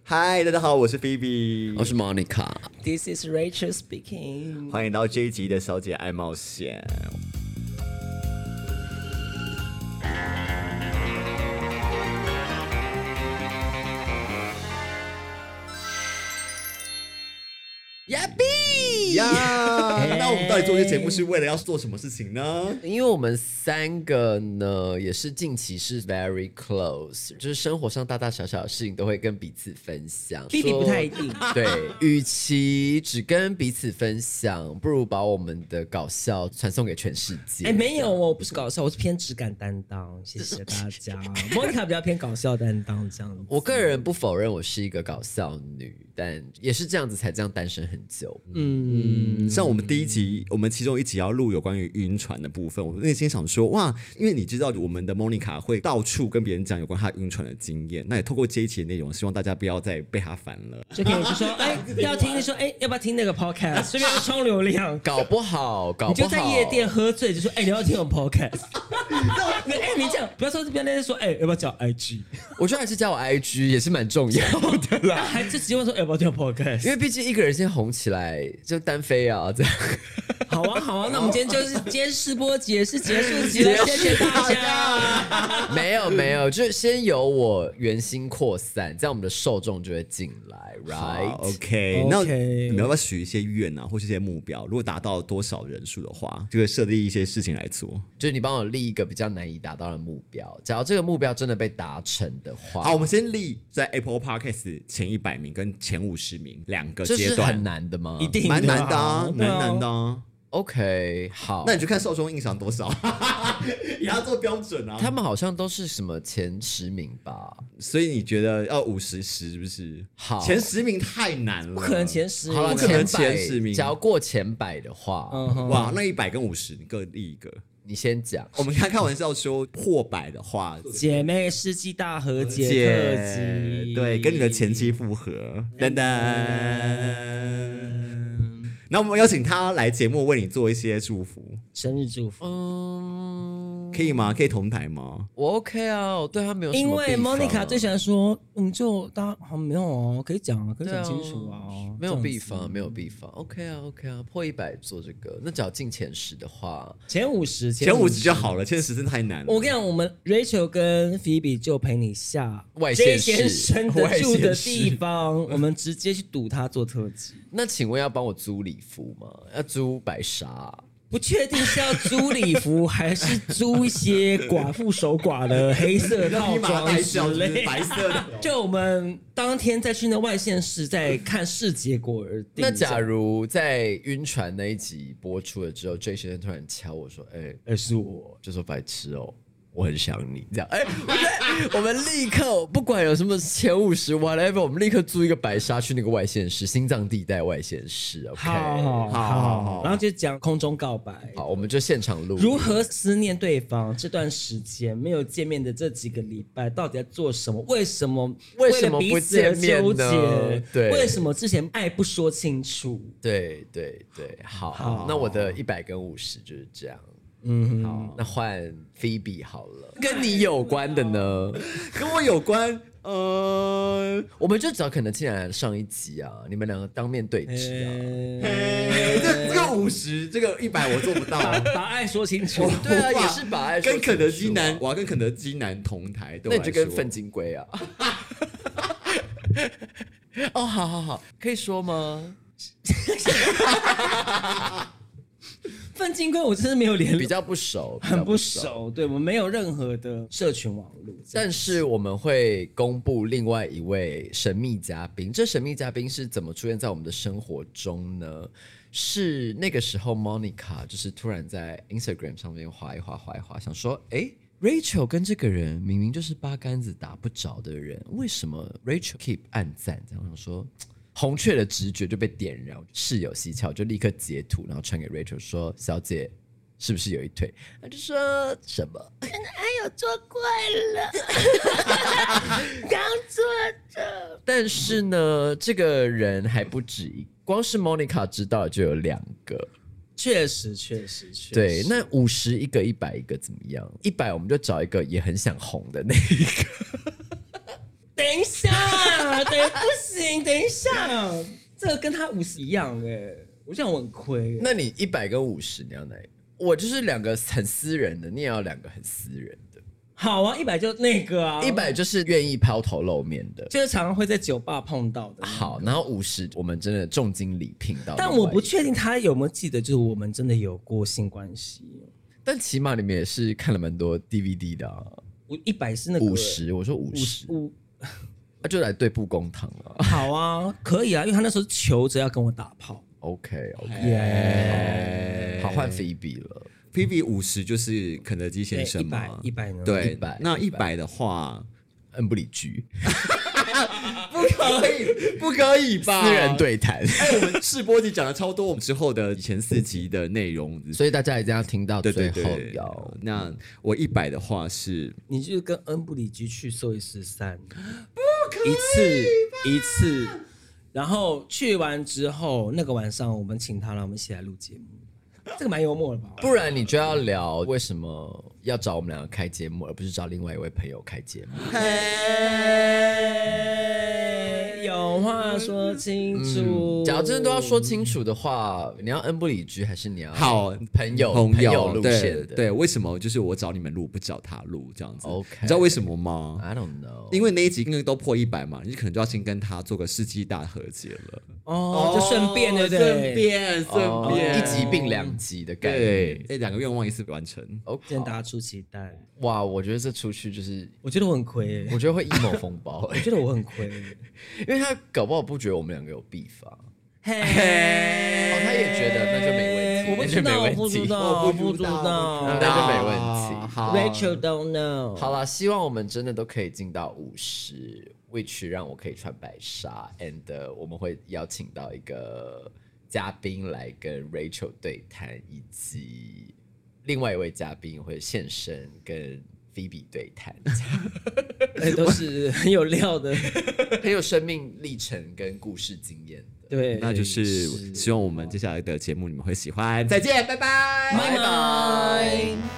嗨，大家好，我是 Phoebe， 我是 Monica。 This is Rachel speaking。 欢迎到这一集的小姐爱冒险。 呀比呀，那我们到底做这节目是为了要做什么事情呢？ 因为我们三个呢，也是近期是 very close， 就是生活上大大小小的事情都会跟彼此分享。 Phoebe 不太一定。 对，与其只跟彼此分享，不如把我们的搞笑传送给全世界。 没有，我不是搞笑，我是偏质感担当。谢谢大家。Monica 比较偏搞笑担当这样子。 我个人不否认我是一个搞笑女，但也是这样子才这样单身很久。 像我们第一集，我们其中一集要录有关于晕船的部分，我内心想说，哇，因为你知道我们的 Monica 会到处跟别人讲有关她晕船的经验，那也透过这一期的内容，希望大家不要再被她烦了。 就可以就说，要听就说，要不要听那个 podcast， 顺便冲流量。 搞不好你就在夜店喝醉，就说，你要听我 podcast。你这样不要说这边那说，要不要叫 IG？ 我觉得还是加我 IG 也是蛮重要的啦。 还就直接问说，要不要听 podcast？ 因为毕竟一个人先红起来就单飞啊，这样。 好啊，那我们今天试播集是结束集了，谢谢大家。 没有，就是先由我原心扩散，这样我们的受众就会进来 ，right？ OK， 那你们要不要许一些愿啊，或是一些目标？如果达到多少人数的话，就会设立一些事情来做。 就是你帮我立一个比较难以达到的目标，假如这个目标真的被达成的话， 好，我们先立在 Apple Podcast 前100名跟前50名2个阶段， 这是很难的吗？ 一定蛮难的啊，蛮难的啊。 OK， 好， 那你就看受众印象多少，也要做标准啊。 他们好像都是什么前10名吧？ 所以你觉得要50-10是不是？ 好， 前10名太难了， 不可能前10名， 好了， 不可能前10名。 只要过前100的话， 哇，那100跟50你各立一个。 你先讲。 我们开玩笑说破100的话， 姐妹世纪大和解特辑， 对，跟你的前妻复合，噔噔。那我们邀请他来节目为你做一些祝福， 生日祝福， 可以吗？可以同台吗？ 我 OK 啊，我对他没有什么因为 Monica 最喜欢说，就大家好没有哦，可以讲啊，可以讲清楚啊， 没有避方，没有避方 ，OK 啊，破100做这个，那只要进前10的话， 前50 就好了，前10真的太难了。 我跟你讲，我们 Rachel 跟 Phoebe 就陪你下外县市 J 先生的住的地方，我们直接去堵他做特辑。 那请问要帮我租礼服吗？要租白纱不确定是要租礼服还是租一些寡妇守寡的黑色套装之类， 白色的。 就我们当天再去那外县市再看视结果而定。 那假如在晕船那一集播出了之后，J 先生突然敲我说：“是我。”就说白痴哦。我很想你，这样我们立刻不管有什么前50 whatever， 我们立刻租一个白纱去那个外县市，心脏地带外县市。OK， 好，然后就讲空中告白。 好，我们就现场录。 如何思念对方？这段时间没有见面的这几个礼拜，到底在做什么？为什么不见面呢？对， 为什么之前爱不说清楚？ 对，好，那我的100跟50就是这样。好，那换 Phoebe 好了，跟你有关的呢？ 跟我有关， 我们就找肯德基来上一集啊，你们两个当面对质啊。 这个50，这个100我做不到， 把爱说清楚。 对啊，也是把爱说清楚。 跟肯德基男，我要跟肯德基男同台， 那你就跟粪金龟啊。哦，好，可以说吗？ 范金龟我真是没有联络， 比较不熟， 很不熟。对，我们没有任何的社群网络， 但是我们会公布另外一位神秘嘉宾。这神秘嘉宾是怎么出现在我们的生活中呢？是那个时候 Monica 就是突然在 Instagram 上面滑一滑，想说，Rachel 跟这个人明明就是八竿子打不着的人，为什么 Rachel keep 按赞？这样想说。红雀的直觉就被点燃，事有蹊跷，就立刻截图，然后传给 Rachel 说：“小姐，是不是有一腿？”他就说什么：“ 哎呦，做怪了，刚做的。” 但是呢，这个人还不止一，光是 Monica 知道就有2个。 确实。 对，那50一个，100一个怎么样？100我们就找一个也很想红的那一个。 等一下，不行，等一下，这个跟他50一样我这样我很亏。 那你100跟50你要哪一个？我就是2个很私人的，你也要2个很私人的。 好啊，100就那个啊 ，100就是愿意抛头露面的， 就是常常会在酒吧碰到的。 好，然后50我们真的重金礼聘到。 但我不确定他有没有记得，就是我们真的有过性关系。 但起码你们也是看了蛮多 DVD 的啊。 100是那个 50，我说50，那就来对簿公堂了。 好啊，可以啊，因为他那时候求着要跟我打炮。 OK， 耶， 好换 Phoebe 了。 Phoebe 50就是肯德基先生嘛 ，100呢？ 对 100， 那100的话， 恩不里居， 不可以吧？ 私人对谈。 我们试播集讲了超多我们之后的以前4集的内容， 所以大家一定要听到最后对。那我100的话是， 你就跟恩布里居去兽医师3，不可以一次，然后去完之后那个晚上我们请他了，我们一起来录节目。这个蛮幽默的吧？ 不然你就要聊为什么要找我们2个开节目，而不是找另外一位朋友开节目。 有话说清楚。 假如真的都要说清楚的话，你要恩不里居还是你要好朋友路线的？ 对，为什么就是我找你们录，不找他录这样子 ？OK， 你知道为什么吗 ？I don't know， 因为那一集因为都破100嘛，你可能就要先跟他做个世纪大和解了。 就顺便对不对？ 顺便一集并2集的概念， 对，2个愿望一次完成。 今天大家出期待。 哇，我觉得这出去就是， 我觉得我很亏， 我觉得会emo风暴， 我觉得我很亏， 因为他搞不好不觉得我们2个有beef啊。 他他也觉得那就没问题， 我不知道， 那就没问题。 Rachel don't know。 好啦，希望我们真的都可以进到50，which 让我可以穿白纱 ，and 我们会邀请到一个嘉宾来跟 Rachel 对谈，以及另外一位嘉宾会现身跟 Phoebe 对谈， 都是很有料的， 很有生命历程跟故事经验的。 对， 那就是希望我们接下来的节目你们会喜欢。再见，拜拜， 拜拜。